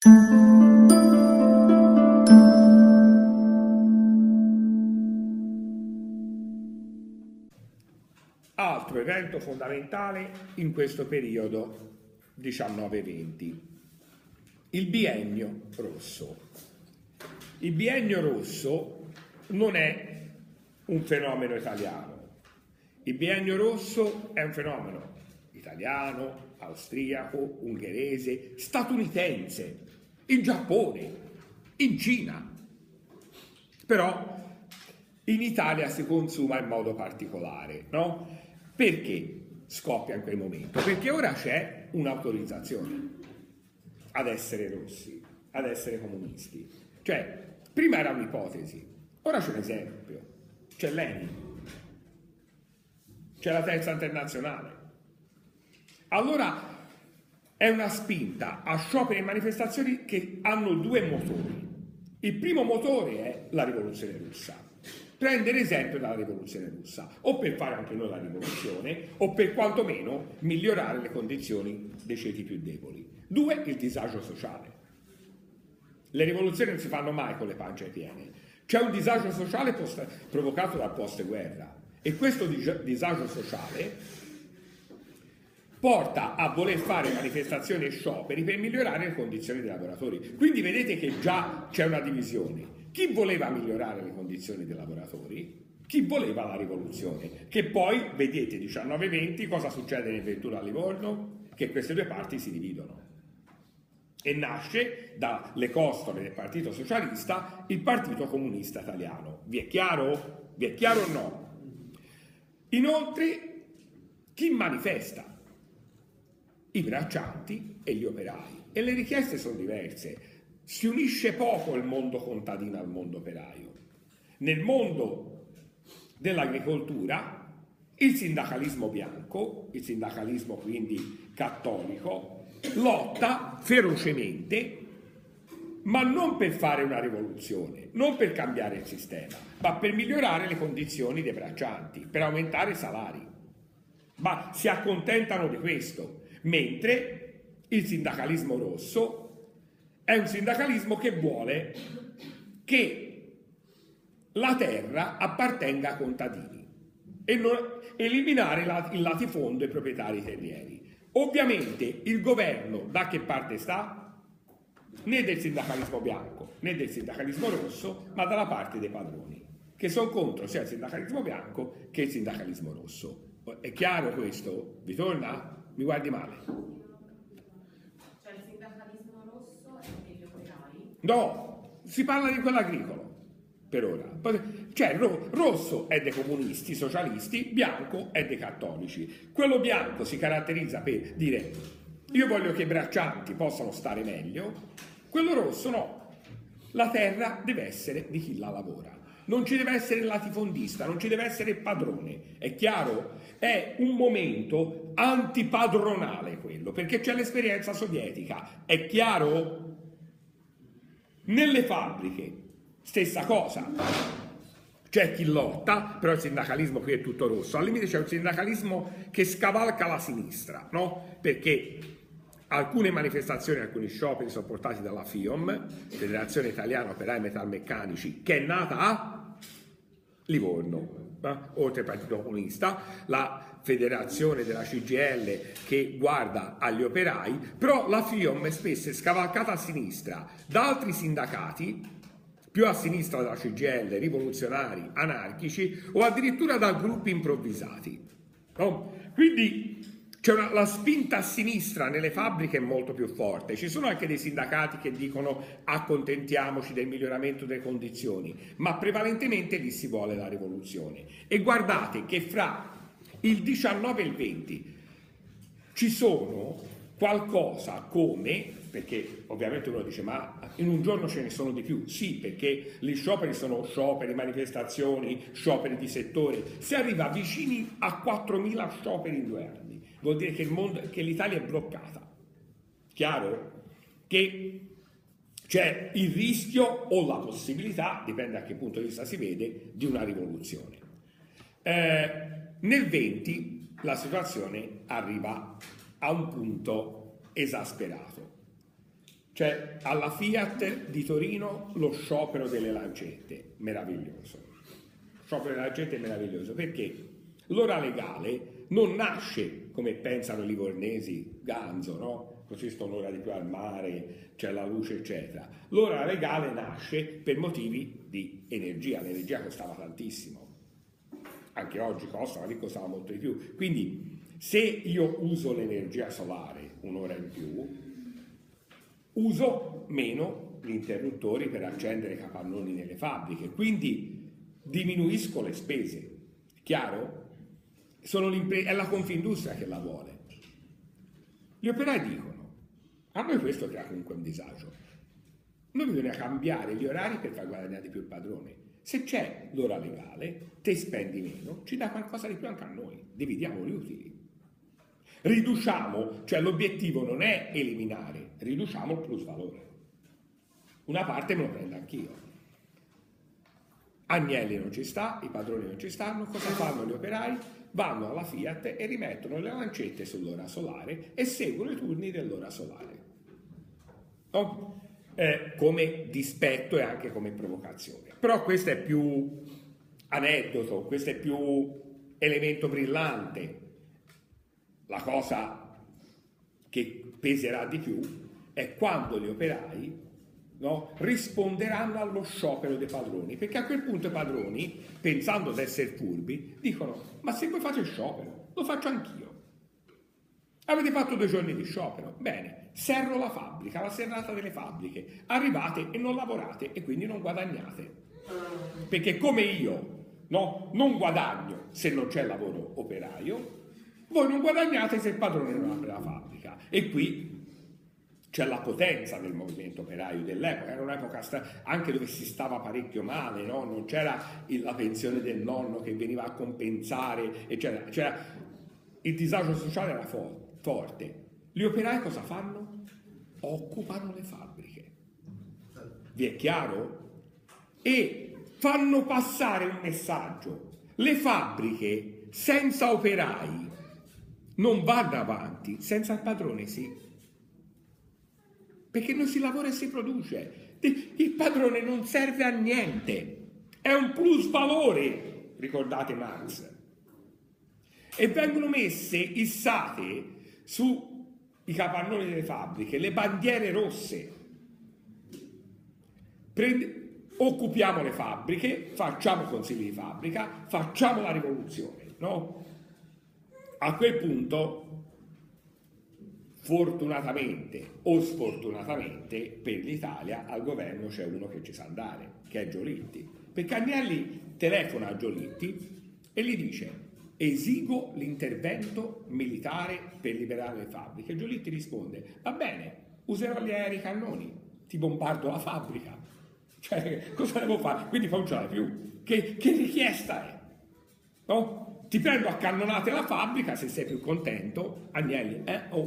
Altro evento fondamentale in questo periodo 19-20, il biennio rosso. Il biennio rosso non è un fenomeno italiano, il biennio rosso è un fenomeno italiano, austriaco, ungherese, statunitense, in Giappone, in Cina. Però in Italia si consuma in modo particolare, no? Perché scoppia in quel momento? Perché ora c'è un'autorizzazione ad essere rossi, ad essere comunisti. Cioè, prima era un'ipotesi, ora c'è un esempio, c'è l'ENI, c'è la Terza Internazionale. Allora è una spinta a scioperi e manifestazioni che hanno due motori. Il primo motore è la rivoluzione russa. Prendere esempio dalla rivoluzione russa, o per fare anche noi la rivoluzione, o per quantomeno migliorare le condizioni dei ceti più deboli. Due, il disagio sociale. Le rivoluzioni non si fanno mai con le pance piene. C'è un disagio sociale provocato dal post-guerra e questo disagio sociale porta a voler fare manifestazioni e scioperi per migliorare le condizioni dei lavoratori. Quindi vedete che già c'è una divisione. Chi voleva migliorare le condizioni dei lavoratori? Chi voleva la rivoluzione? Che poi, vedete, 19-20, cosa succede nel 21 a Livorno? Che queste due parti si dividono. E nasce dalle costole del Partito Socialista il Partito Comunista Italiano. Vi è chiaro? Vi è chiaro o no? Inoltre, chi manifesta? I braccianti e gli operai. E le richieste sono diverse. Si unisce poco il mondo contadino al mondo operaio. Nel mondo dell'agricoltura il sindacalismo bianco, il sindacalismo quindi cattolico, lotta ferocemente, ma non per fare una rivoluzione, non per cambiare il sistema, ma per migliorare le condizioni dei braccianti, per aumentare i salari. Ma si accontentano di questo, mentre il sindacalismo rosso è un sindacalismo che vuole che la terra appartenga ai contadini e non eliminare il latifondo ai proprietari terrieri. Ovviamente il governo da che parte sta? Né del sindacalismo bianco né del sindacalismo rosso, ma dalla parte dei padroni, che sono contro sia il sindacalismo bianco che il sindacalismo rosso. È chiaro questo? Vi torna? Mi guardi male. No, si parla di quello agricolo, per ora. Cioè, rosso è dei comunisti, socialisti, bianco è dei cattolici. Quello bianco si caratterizza per dire io voglio che i braccianti possano stare meglio, quello rosso no. La terra deve essere di chi la lavora. Non ci deve essere il latifondista, non ci deve essere il padrone. È chiaro? È un momento antipadronale quello, perché c'è l'esperienza sovietica. È chiaro? Nelle fabbriche, stessa cosa, c'è chi lotta, però il sindacalismo qui è tutto rosso, al limite c'è un sindacalismo che scavalca la sinistra, no? Perché alcune manifestazioni, alcuni scioperi sono portati dalla FIOM, Federazione Italiana Operai Metalmeccanici, che è nata a Livorno, oltre al Partito Comunista, la federazione della CGIL che guarda agli operai, però la FIOM spesso è scavalcata a sinistra da altri sindacati, più a sinistra della CGIL, rivoluzionari, anarchici, o addirittura da gruppi improvvisati. No? Quindi la spinta a sinistra nelle fabbriche è molto più forte. Ci sono anche dei sindacati che dicono accontentiamoci del miglioramento delle condizioni, ma prevalentemente lì si vuole la rivoluzione. E guardate che fra il 19 e il 20 ci sono qualcosa come, perché ovviamente uno dice ma in un giorno ce ne sono di più, sì, perché gli scioperi sono scioperi, manifestazioni, scioperi di settore, si arriva vicini a 4.000 scioperi in 2 anni, vuol dire che l'Italia è bloccata, chiaro? Che c'è il rischio o la possibilità, dipende a che punto di vista si vede, di una rivoluzione. Nel 20 la situazione arriva a un punto esasperato. C'è alla Fiat di Torino lo sciopero delle lancette, meraviglioso. Lo sciopero delle lancette è meraviglioso perché l'ora legale non nasce come pensano i livornesi, ganzo, no? Così sto un'ora di più al mare, c'è la luce, eccetera. L'ora legale nasce per motivi di energia, l'energia costava tantissimo. Anche oggi costa, ma lì costava molto di più. Quindi se io uso l'energia solare un'ora in più, uso meno gli interruttori per accendere i capannoni nelle fabbriche, quindi diminuisco le spese. Chiaro? È la Confindustria che la vuole. Gli operai dicono, a noi questo crea comunque un disagio. Noi bisogna cambiare gli orari per far guadagnare di più il padrone. Se c'è l'ora legale, te spendi meno, ci dà qualcosa di più anche a noi. Dividiamo gli utili. Riduciamo, cioè l'obiettivo non è eliminare, riduciamo il plusvalore. Una parte me lo prendo anch'io. Agnelli non ci sta, i padroni non ci stanno, cosa fanno gli operai? Vanno alla Fiat e rimettono le lancette sull'ora solare e seguono i turni dell'ora solare. No? Come dispetto e anche come provocazione. Però questo è più aneddoto, questo è più elemento brillante. La cosa che peserà di più è quando gli operai, no, risponderanno allo sciopero dei padroni, perché a quel punto i padroni, pensando di essere furbi, dicono: ma se voi fate il sciopero, lo faccio anch'io. Avete fatto 2 giorni di sciopero, bene, serro la fabbrica, la serrata delle fabbriche, arrivate e non lavorate e quindi non guadagnate, perché come io, no, non guadagno se non c'è lavoro operaio, voi non guadagnate se il padrone non apre la fabbrica. E qui c'è la potenza del movimento operaio dell'epoca, era un'epoca anche dove si stava parecchio male, no? Non c'era la pensione del nonno che veniva a compensare, eccetera. Il disagio sociale era forte. Gli operai cosa fanno? Occupano le fabbriche. Vi è chiaro? E fanno passare un messaggio. Le fabbriche senza operai non vanno avanti, senza il padrone sì. Perché non si lavora e si produce. Il padrone non serve a niente, è un plusvalore, ricordate Marx. E vengono messe, issate sui capannoni delle fabbriche le bandiere rosse. Occupiamo le fabbriche, facciamo consigli di fabbrica, facciamo la rivoluzione, no? A quel punto, fortunatamente o sfortunatamente per l'Italia, al governo c'è uno che ci sa andare, che è Giolitti. Perché Agnelli telefona a Giolitti e gli dice: esigo l'intervento militare per liberare le fabbriche. Giolitti risponde: va bene, userò gli aerei cannoni, ti bombardo la fabbrica. Cioè, cosa devo fare? Quindi non ce l'hai più. Che richiesta è? No? Ti prendo a cannonate la fabbrica se sei più contento. Agnelli,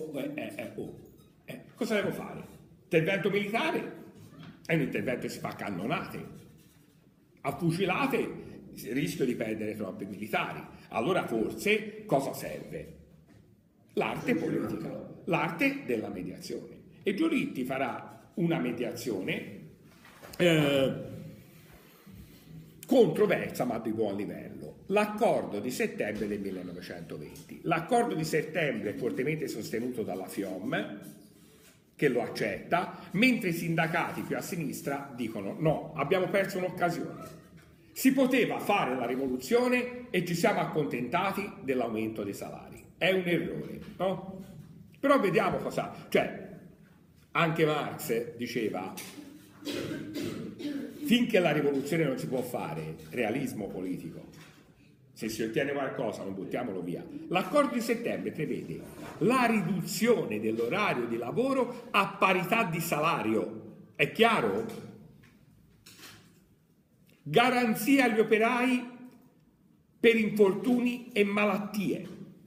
cosa devo fare? Intervento militare è un intervento che si fa a cannonate. A fucilate rischio di perdere troppi militari. Allora forse cosa serve? L'arte politica, l'arte della mediazione. E Giolitti farà una mediazione controversa ma di buon livello. L'accordo di settembre del 1920. L'accordo di settembre è fortemente sostenuto dalla FIOM, che lo accetta, mentre i sindacati più a sinistra dicono: no, abbiamo perso un'occasione. Si poteva fare la rivoluzione e ci siamo accontentati dell'aumento dei salari. È un errore, no? Però vediamo cosa... Cioè, anche Marx diceva: finché la rivoluzione non si può fare, realismo politico. Se si ottiene qualcosa non buttiamolo via. L'accordo di settembre prevede la riduzione dell'orario di lavoro a parità di salario. È chiaro? Garanzia agli operai per infortuni e malattie.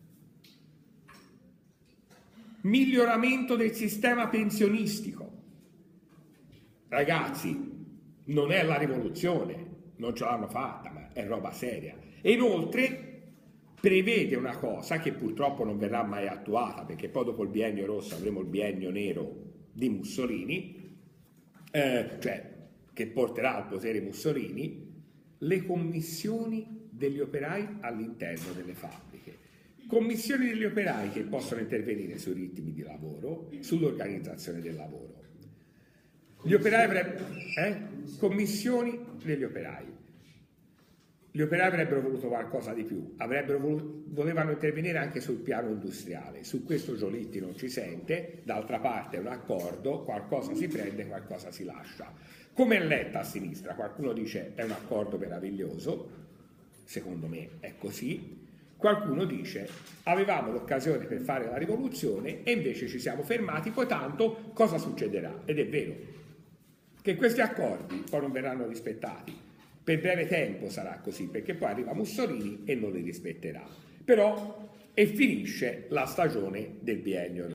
Miglioramento del sistema pensionistico. Ragazzi, non è la rivoluzione, non ce l'hanno fatta, ma è roba seria. E inoltre prevede una cosa che purtroppo non verrà mai attuata, perché poi dopo il biennio rosso avremo il biennio nero, di Mussolini, cioè che porterà al potere Mussolini, le commissioni degli operai all'interno delle fabbriche. Commissioni degli operai che possono intervenire sui ritmi di lavoro, sull'organizzazione del lavoro. Gli operai avrebbero... Commissioni degli operai. Gli operai avrebbero voluto qualcosa di più, volevano intervenire anche sul piano industriale. Su questo Giolitti non ci sente, d'altra parte è un accordo, qualcosa si prende, qualcosa si lascia. Come è letta a sinistra? Qualcuno dice è un accordo meraviglioso, secondo me è così. Qualcuno dice avevamo l'occasione per fare la rivoluzione e invece ci siamo fermati, poi tanto cosa succederà? Ed è vero che questi accordi poi non verranno rispettati. Per breve tempo sarà così, perché poi arriva Mussolini e non li rispetterà. Però, e finisce la stagione del biennio